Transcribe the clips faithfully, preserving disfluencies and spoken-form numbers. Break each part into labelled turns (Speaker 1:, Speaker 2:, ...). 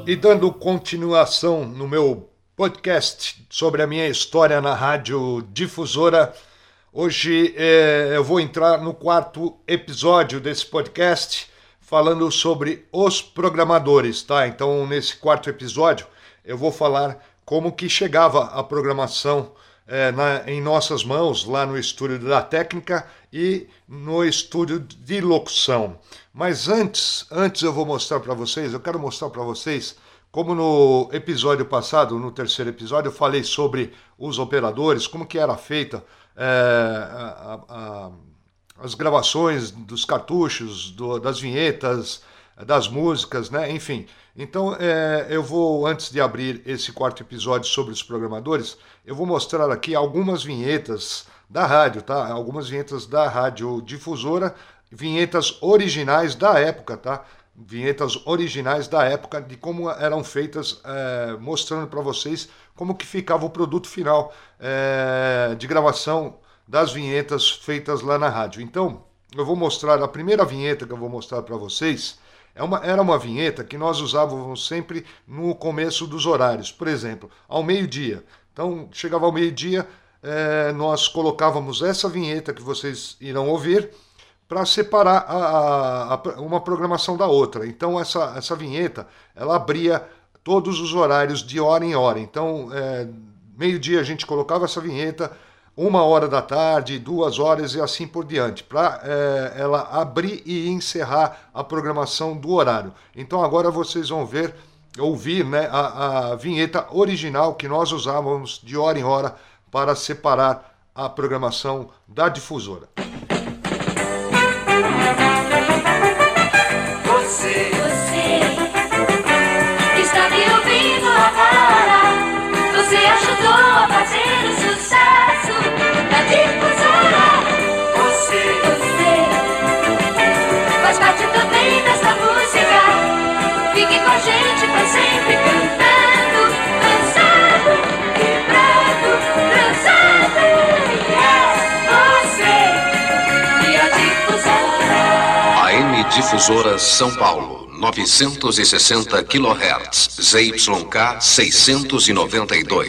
Speaker 1: E dando continuação no meu podcast sobre a minha história na Rádio Difusora, hoje é, eu vou entrar no quarto episódio desse podcast falando sobre os programadores, tá? Então, nesse quarto episódio, eu vou falar como que chegava a programação é, na, em nossas mãos, lá no estúdio da técnica e no estúdio de locução. Mas antes, antes eu vou mostrar para vocês, eu quero mostrar para vocês como no episódio passado, no terceiro episódio, eu falei sobre os operadores, como que era feita é, a, a, as gravações dos cartuchos, do, das vinhetas, das músicas, né? Enfim. Então, é, eu vou, antes de abrir esse quarto episódio sobre os programadores, eu vou mostrar aqui algumas vinhetas da rádio, tá? Algumas vinhetas da Rádio Difusora, vinhetas originais da época, tá? Vinhetas originais da época, de como eram feitas, é, mostrando para vocês como que ficava o produto final é, de gravação das vinhetas feitas lá na rádio. Então, eu vou mostrar, a primeira vinheta que eu vou mostrar para vocês, é uma, era uma vinheta que nós usávamos sempre no começo dos horários, por exemplo, ao meio-dia. Então, chegava ao meio-dia, é, nós colocávamos essa vinheta que vocês irão ouvir, para separar a, a, a, uma programação da outra. Então, essa, essa vinheta, ela abria todos os horários de hora em hora. Então, é, meio-dia a gente colocava essa vinheta, uma hora da tarde, duas horas e assim por diante, para é, ela abrir e encerrar a programação do horário. Então, agora vocês vão ver, ouvir, né, a, a vinheta original que nós usávamos de hora em hora para separar a programação da difusora.
Speaker 2: Você, você está me ouvindo agora. Você ajudou a fazer o sucesso da difusora. Você, você faz parte também dessa música. Fique com a gente pra sempre cantando, dançando, quebrando, dançando. É você e a difusora.
Speaker 3: A M Difusora São Paulo, novecentos e sessenta quilohertz, Z Y K seiscentos e noventa e dois.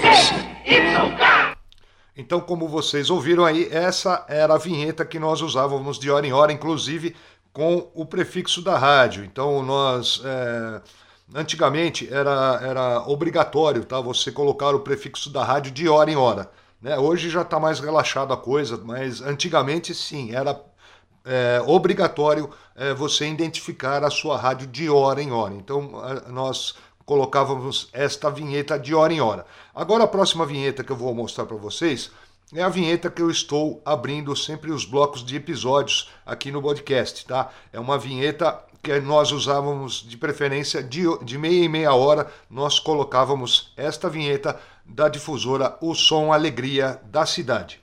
Speaker 1: Então, como vocês ouviram aí, essa era a vinheta que nós usávamos de hora em hora, inclusive com o prefixo da rádio. Então, nós, é, antigamente, era, era obrigatório, tá, você colocar o prefixo da rádio de hora em hora. Né? Hoje já está mais relaxado a coisa, mas antigamente, sim, era é, obrigatório é, você identificar a sua rádio de hora em hora. Então, a, nós colocávamos esta vinheta de hora em hora. Agora, a próxima vinheta que eu vou mostrar para vocês é a vinheta que eu estou abrindo sempre os blocos de episódios aqui no podcast, tá? É uma vinheta que nós usávamos de preferência de, de meia em meia hora, nós colocávamos esta vinheta da difusora O Som Alegria da Cidade.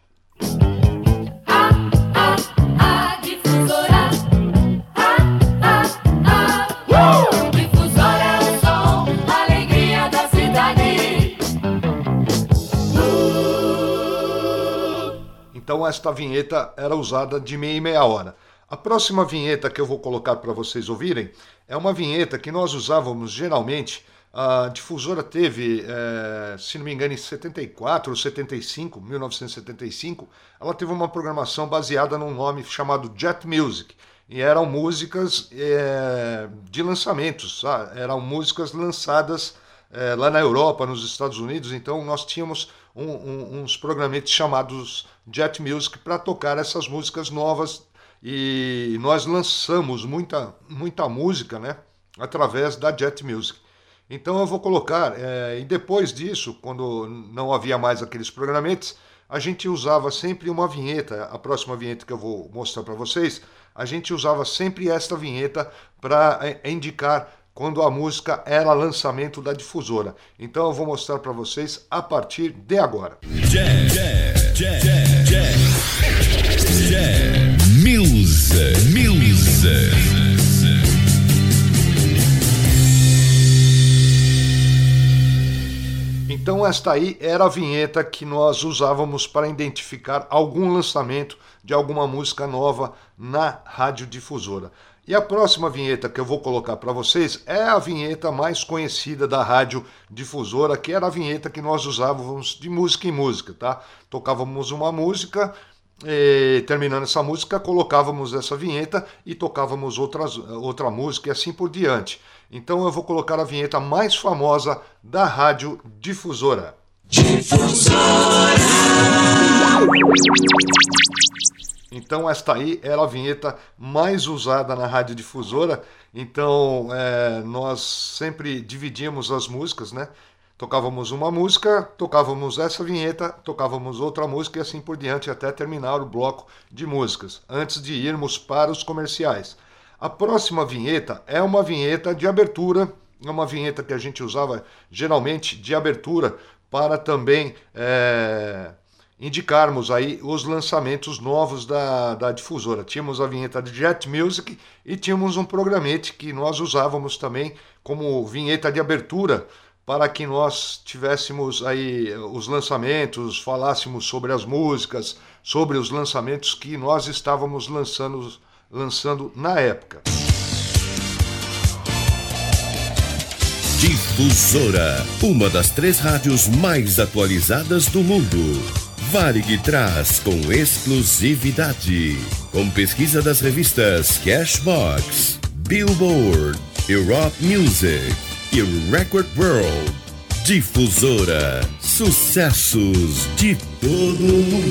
Speaker 1: Então esta vinheta era usada de meia em meia hora. A próxima vinheta que eu vou colocar para vocês ouvirem é uma vinheta que nós usávamos geralmente. A difusora teve, é, se não me engano, em setenta e quatro ou setenta e cinco, mil novecentos e setenta e cinco, ela teve uma programação baseada num nome chamado Jet Music. E eram músicas é, de lançamentos, sabe? Eram músicas lançadas é, lá na Europa, nos Estados Unidos. Então nós tínhamos um, um, uns programetes chamados Jet Music para tocar essas músicas novas. E nós lançamos muita, muita música, né, através da Jet Music. Então eu vou colocar, é, e depois disso, quando não havia mais aqueles programetes, a gente usava sempre uma vinheta. A próxima vinheta que eu vou mostrar para vocês, a gente usava sempre esta vinheta para é, indicar quando a música era lançamento da difusora. Então eu vou mostrar para vocês a partir de agora.
Speaker 4: Jet, jet, jet, jet, jet. Music, music.
Speaker 1: Então esta aí era a vinheta que nós usávamos para identificar algum lançamento de alguma música nova na radiodifusora. E E a próxima vinheta que eu vou colocar para vocês é a vinheta mais conhecida da Rádio Difusora, que era a vinheta que nós usávamos de música em música, tá? Tocávamos uma música, e, terminando essa música, colocávamos essa vinheta e tocávamos outras, outra música e assim por diante. Então eu vou colocar a vinheta mais famosa da Rádio Difusora. Difusora! Então esta aí era a vinheta mais usada na Rádio Difusora. Então é, nós sempre dividíamos as músicas, né? Tocávamos uma música, tocávamos essa vinheta, tocávamos outra música e assim por diante até terminar o bloco de músicas, antes de irmos para os comerciais. A próxima vinheta é uma vinheta de abertura, é uma vinheta que a gente usava geralmente de abertura para também é, indicarmos aí os lançamentos novos da, da Difusora. Tínhamos a vinheta de Jet Music e tínhamos um programete que nós usávamos também como vinheta de abertura para que nós tivéssemos aí os lançamentos, falássemos sobre as músicas, sobre os lançamentos que nós estávamos lançando, lançando na época.
Speaker 4: Difusora, uma das três rádios mais atualizadas do mundo. Varig traz com exclusividade, com pesquisa das revistas Cashbox, Billboard, Europe Music e Record World. Difusora, sucessos de todo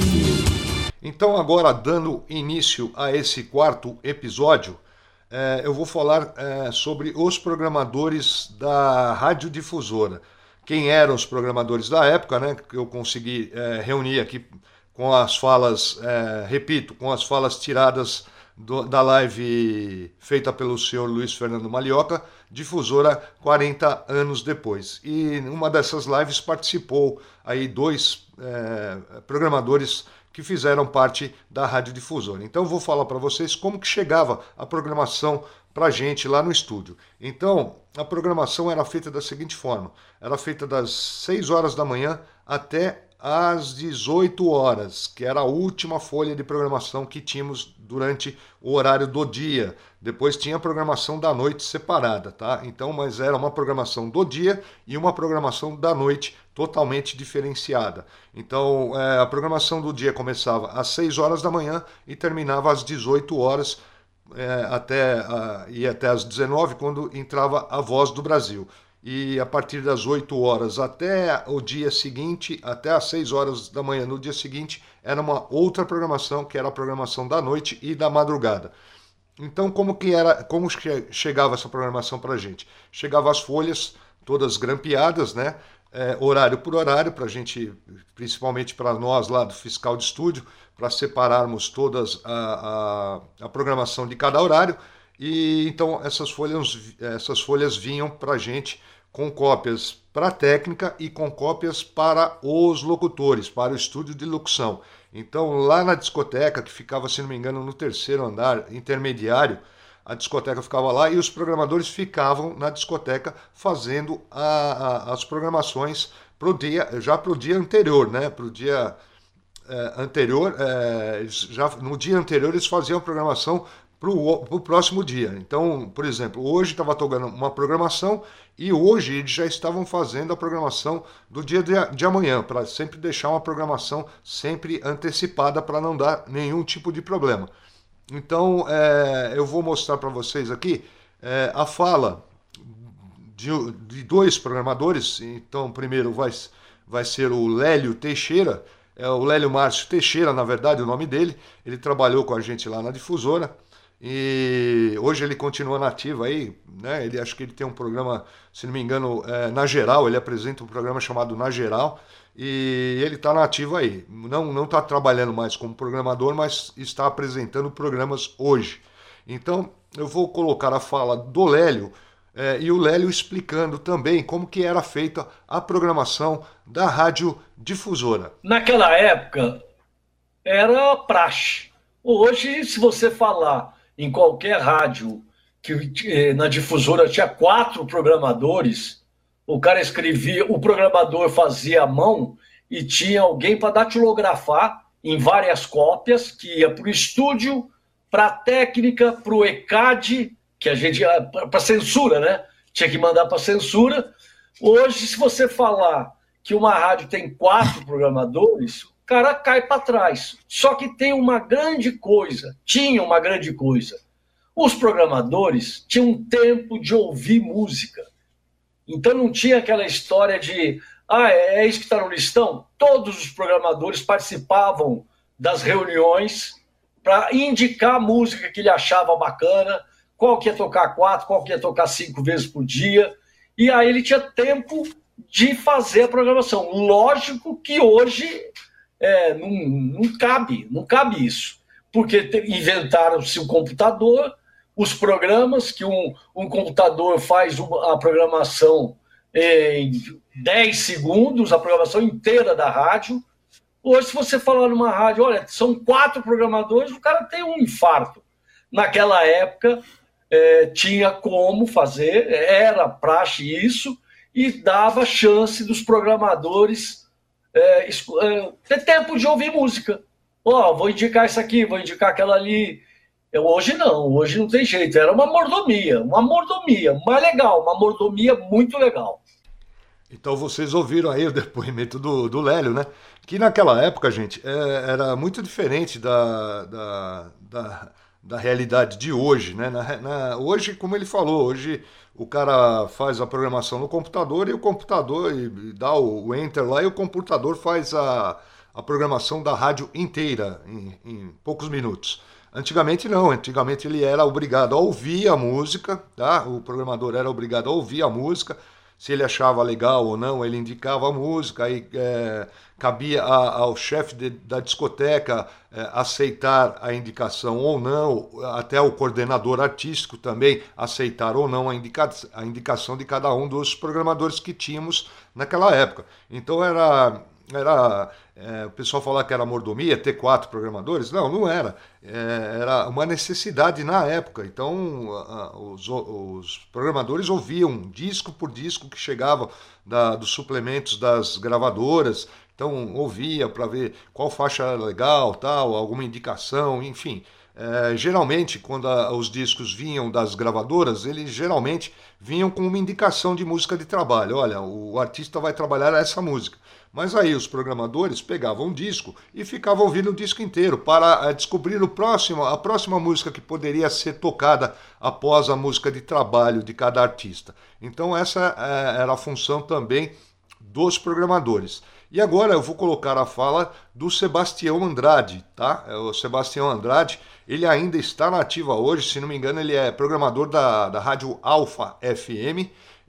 Speaker 4: mundo.
Speaker 1: Então agora, dando início a esse quarto episódio, É, eu vou falar é, sobre os programadores da Rádio Difusora. Quem eram os programadores da época, né? Que eu consegui é, reunir aqui com as falas, é, repito, com as falas tiradas do, da live feita pelo senhor Luiz Fernando Malioca, Difusora quarenta anos depois. E uma dessas lives participou aí dois é, programadores que fizeram parte da Rádio Difusora. Então eu vou falar para vocês como que chegava a programação para a gente lá no estúdio. Então a programação era feita da seguinte forma: era feita das seis horas da manhã até às dezoito horas, que era a última folha de programação que tínhamos durante o horário do dia. Depois tinha a programação da noite separada, tá? Então, mas era uma programação do dia e uma programação da noite totalmente diferenciada. Então, é, a programação do dia começava às seis horas da manhã e terminava às dezoito horas, é, até, a, e até às dezenove, quando entrava a Voz do Brasil. E a partir das oito horas até o dia seguinte, até às seis horas da manhã no dia seguinte, era uma outra programação, que era a programação da noite e da madrugada. Então, como que era, como chegava essa programação para a gente? Chegava as folhas todas grampeadas, né? É, horário por horário, para a gente, principalmente para nós lá do fiscal de estúdio, para separarmos todas a, a, a programação de cada horário. E então essas folhas, essas folhas vinham para a gente com cópias para a técnica e com cópias para os locutores, para o estúdio de locução. Então lá na discoteca, que ficava, se não me engano, no terceiro andar intermediário, a discoteca ficava lá e os programadores ficavam na discoteca fazendo a, a, as programações pro dia, já para o dia anterior, né? Para o dia é, anterior, é, já, no dia anterior eles faziam a programação para o próximo dia. Então, por exemplo, hoje estava tocando uma programação e hoje eles já estavam fazendo a programação do dia de, de amanhã, para sempre deixar uma programação sempre antecipada para não dar nenhum tipo de problema. Então, é, eu vou mostrar para vocês aqui é, a fala de, de dois programadores. Então, primeiro vai, vai ser o Lélio Teixeira, é o Lélio Márcio Teixeira, na verdade, o nome dele. Ele trabalhou com a gente lá na Difusora. E hoje ele continua nativo aí, né? Ele acho que ele tem um programa, se não me engano, é, na Geral, ele apresenta um programa chamado Na Geral, e ele está nativo aí. Não não está trabalhando mais como programador, mas está apresentando programas hoje. Então eu vou colocar a fala do Lélio é, e o Lélio explicando também como que era feita a programação da Rádio Difusora.
Speaker 5: Naquela época era praxe. Hoje, se você falar em qualquer rádio que na Difusora tinha quatro programadores, o cara escrevia, o programador fazia à mão e tinha alguém para datilografar em várias cópias, que ia para o estúdio, para a técnica, para o E C A D que a gente... para censura, né? Tinha que mandar para censura. Hoje, se você falar que uma rádio tem quatro programadores, o cara cai para trás. Só que tem uma grande coisa, tinha uma grande coisa. Os programadores tinham tempo de ouvir música. Então não tinha aquela história de, ah, é isso que está no listão? Todos os programadores participavam das reuniões para indicar a música que ele achava bacana, qual que ia tocar quatro, qual que ia tocar cinco vezes por dia, e aí ele tinha tempo de fazer a programação. Lógico que hoje é, não, não cabe, não cabe isso, porque inventaram-se o computador, os programas, que um, um computador faz uma, a programação em dez segundos, a programação inteira da rádio. Hoje, se você falar numa rádio, olha, são quatro programadores, o cara tem um infarto. Naquela época, é, tinha como fazer, era praxe isso, e dava chance dos programadores é, é, ter tempo de ouvir música. Ó, oh, vou indicar isso aqui, vou indicar aquela ali. Hoje não, hoje não tem jeito. Era uma mordomia, uma mordomia, mas legal, uma mordomia muito legal.
Speaker 1: Então vocês ouviram aí o depoimento do, do Lélio, né? Que naquela época, gente, é, era muito diferente da, da, da, da realidade de hoje, né? Na, na, hoje, como ele falou, hoje o cara faz a programação no computador e o computador e, e dá o, o enter lá e o computador faz a, a programação da rádio inteira em, em poucos minutos. Antigamente não, antigamente ele era obrigado a ouvir a música, tá? O programador era obrigado a ouvir a música, se ele achava legal ou não, ele indicava a música, aí é, cabia a, ao chefe de, da discoteca é, aceitar a indicação ou não, até o coordenador artístico também aceitar ou não a, indica, a indicação de cada um dos programadores que tínhamos naquela época. Então era... Era, é, o pessoal falar que era mordomia, ter quatro programadores. Não, não era. É, era uma necessidade na época. Então, a, a, os, os programadores ouviam disco por disco que chegava da, dos suplementos das gravadoras. Então, ouvia para ver qual faixa era legal, tal, alguma indicação, enfim. É, geralmente, quando a, os discos vinham das gravadoras, eles geralmente vinham com uma indicação de música de trabalho. Olha, o artista vai trabalhar essa música. Mas aí os programadores pegavam um disco e ficavam ouvindo o disco inteiro para descobrir o próximo, a próxima música que poderia ser tocada após a música de trabalho de cada artista. Então essa é, era a função também dos programadores. E agora eu vou colocar a fala do Sebastião Andrade, tá? O Sebastião Andrade, ele ainda está na ativa hoje, se não me engano ele é programador da, da Rádio Alfa F M,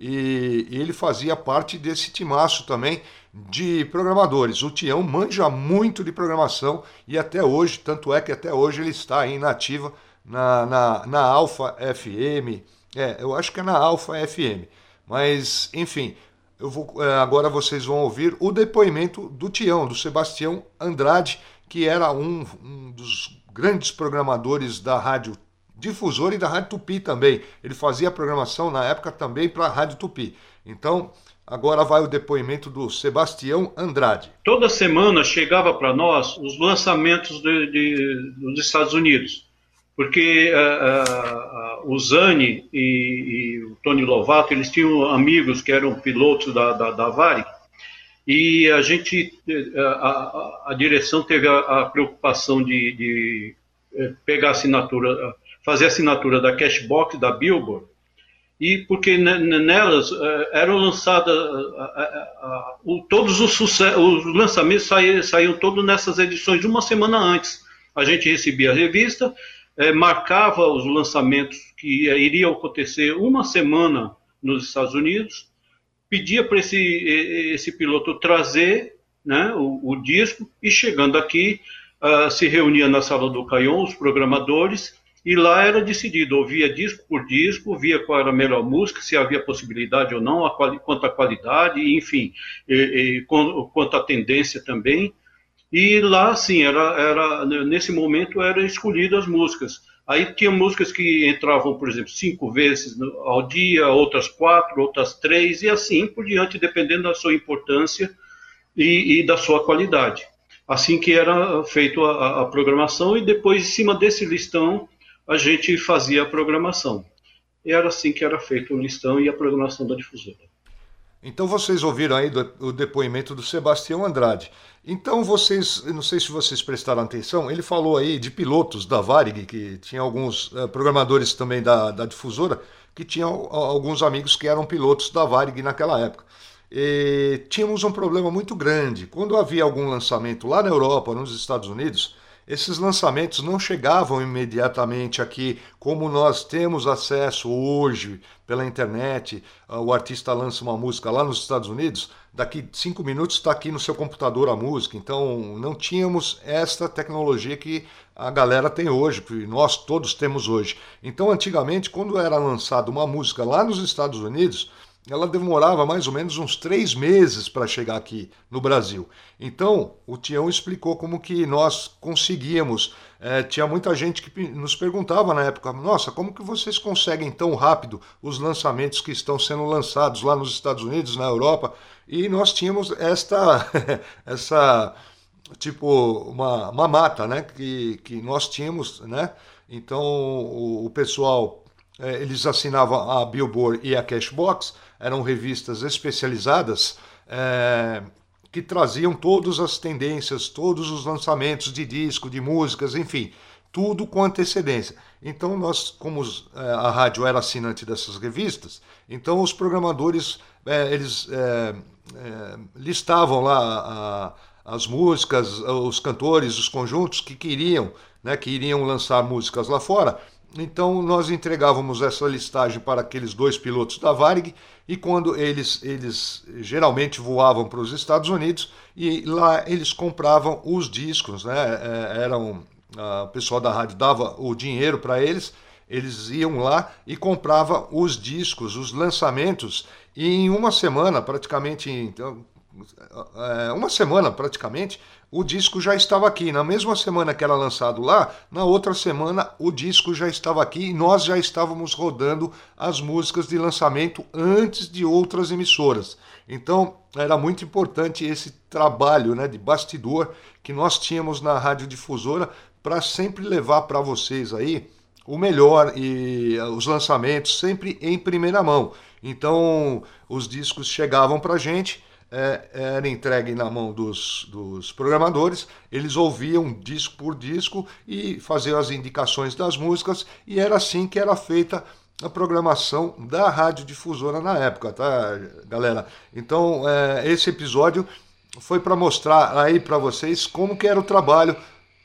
Speaker 1: e, e ele fazia parte desse timaço também de programadores. O Tião manja muito de programação e até hoje, tanto é que até hoje ele está aí na ativa na, na, na Alfa F M, é, eu acho que é na Alfa F M, mas enfim, eu vou, agora vocês vão ouvir o depoimento do Tião, do Sebastião Andrade, que era um, um dos grandes programadores da Rádio Difusora e da Rádio Tupi também. Ele fazia programação na época também para a Rádio Tupi. Então, agora vai o depoimento do Sebastião Andrade.
Speaker 6: Toda semana chegava para nós os lançamentos de, de, dos Estados Unidos, porque uh, uh, o Zani e, e o Tony Lovato, eles tinham amigos que eram pilotos da, da, da Varig, e a gente, a, a, a direção teve a, a preocupação de, de pegar a assinatura, fazer a assinatura da Cashbox, da Billboard, e porque nelas eram lançadas, todos os, os lançamentos saíam, saíam todos nessas edições uma semana antes. A gente recebia a revista, marcava os lançamentos que iriam acontecer uma semana nos Estados Unidos, pedia para esse, esse piloto trazer, né, o, o disco, e chegando aqui, uh, se reunia na sala do Caion, os programadores, e lá era decidido, ouvia disco por disco, via qual era a melhor música, se havia possibilidade ou não, a quali, quanto à qualidade, enfim, e, e, quanto à tendência também. E lá, sim, era, era, nesse momento eram escolhidas as músicas. Aí tinha músicas que entravam, por exemplo, cinco vezes ao dia, outras quatro, outras três, e assim por diante, dependendo da sua importância e, e da sua qualidade. Assim que era feita a, a programação, e depois, em cima desse listão, a gente fazia a programação. e era assim que era feito o listão e a programação da difusora.
Speaker 1: Então vocês ouviram aí do, o depoimento do Sebastião Andrade. Então vocês, eu não sei se vocês prestaram atenção, ele falou aí de pilotos da Varig, que tinha alguns uh, programadores também da, da difusora, que tinham uh, alguns amigos que eram pilotos da Varig naquela época. E tínhamos um problema muito grande. Quando havia algum lançamento lá na Europa, nos Estados Unidos, esses lançamentos não chegavam imediatamente aqui, como nós temos acesso hoje pela internet. O artista lança uma música lá nos Estados Unidos, daqui cinco minutos está aqui no seu computador a música. Então não tínhamos esta tecnologia que a galera tem hoje, que nós todos temos hoje. Então antigamente, quando era lançada uma música lá nos Estados Unidos, ela demorava mais ou menos uns três meses para chegar aqui no Brasil. Então, o Tião explicou como que nós conseguíamos. É, tinha muita gente que nos perguntava na época, nossa, como que vocês conseguem tão rápido os lançamentos que estão sendo lançados lá nos Estados Unidos, na Europa? E nós tínhamos esta, essa, tipo, uma, uma mata, né, que, que nós tínhamos, né? Então, o, o pessoal... eles assinavam a Billboard e a Cashbox, eram revistas especializadas é, que traziam todas as tendências, todos os lançamentos de disco, de músicas, enfim, tudo com antecedência. Então nós, como a rádio era assinante dessas revistas, então os programadores é, eles é, é, listavam lá a, as músicas, os cantores, os conjuntos que queriam, né, que iriam lançar músicas lá fora. Então nós entregávamos essa listagem para aqueles dois pilotos da Varig, e quando eles, eles geralmente voavam para os Estados Unidos, e lá eles compravam os discos, né? Eram, a, o pessoal da rádio dava o dinheiro para eles, eles iam lá e compravam os discos, os lançamentos, e em uma semana, praticamente, então, uma semana praticamente, o disco já estava aqui. Na mesma semana que era lançado lá, na outra semana o disco já estava aqui e nós já estávamos rodando as músicas de lançamento antes de outras emissoras. Então era muito importante esse trabalho, né, de bastidor que nós tínhamos na Rádio Difusora para sempre levar para vocês aí o melhor e os lançamentos sempre em primeira mão. Então os discos chegavam para a gente, É, era entregue na mão dos, dos programadores, eles ouviam disco por disco e faziam as indicações das músicas, e era assim que era feita a programação da Rádio Difusora na época, tá, galera? Então, é, esse episódio foi para mostrar aí para vocês como que era o trabalho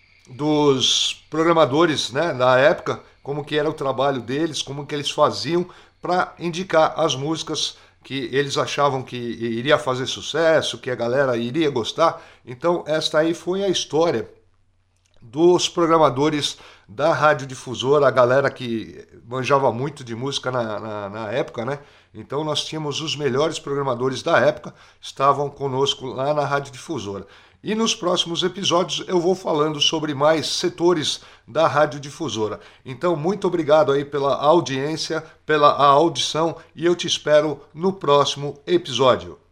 Speaker 1: dos programadores, né, da época, como que era o trabalho deles, como que eles faziam para indicar as músicas que eles achavam que iria fazer sucesso, que a galera iria gostar. Então esta aí foi a história dos programadores da Rádio Difusora, a galera que manjava muito de música na, na, na época, né? Então nós tínhamos os melhores programadores da época, estavam conosco lá na Rádio Difusora. E nos próximos episódios eu vou falando sobre mais setores da Rádio Difusora. Então, muito obrigado aí pela audiência, pela audição, e eu te espero no próximo episódio.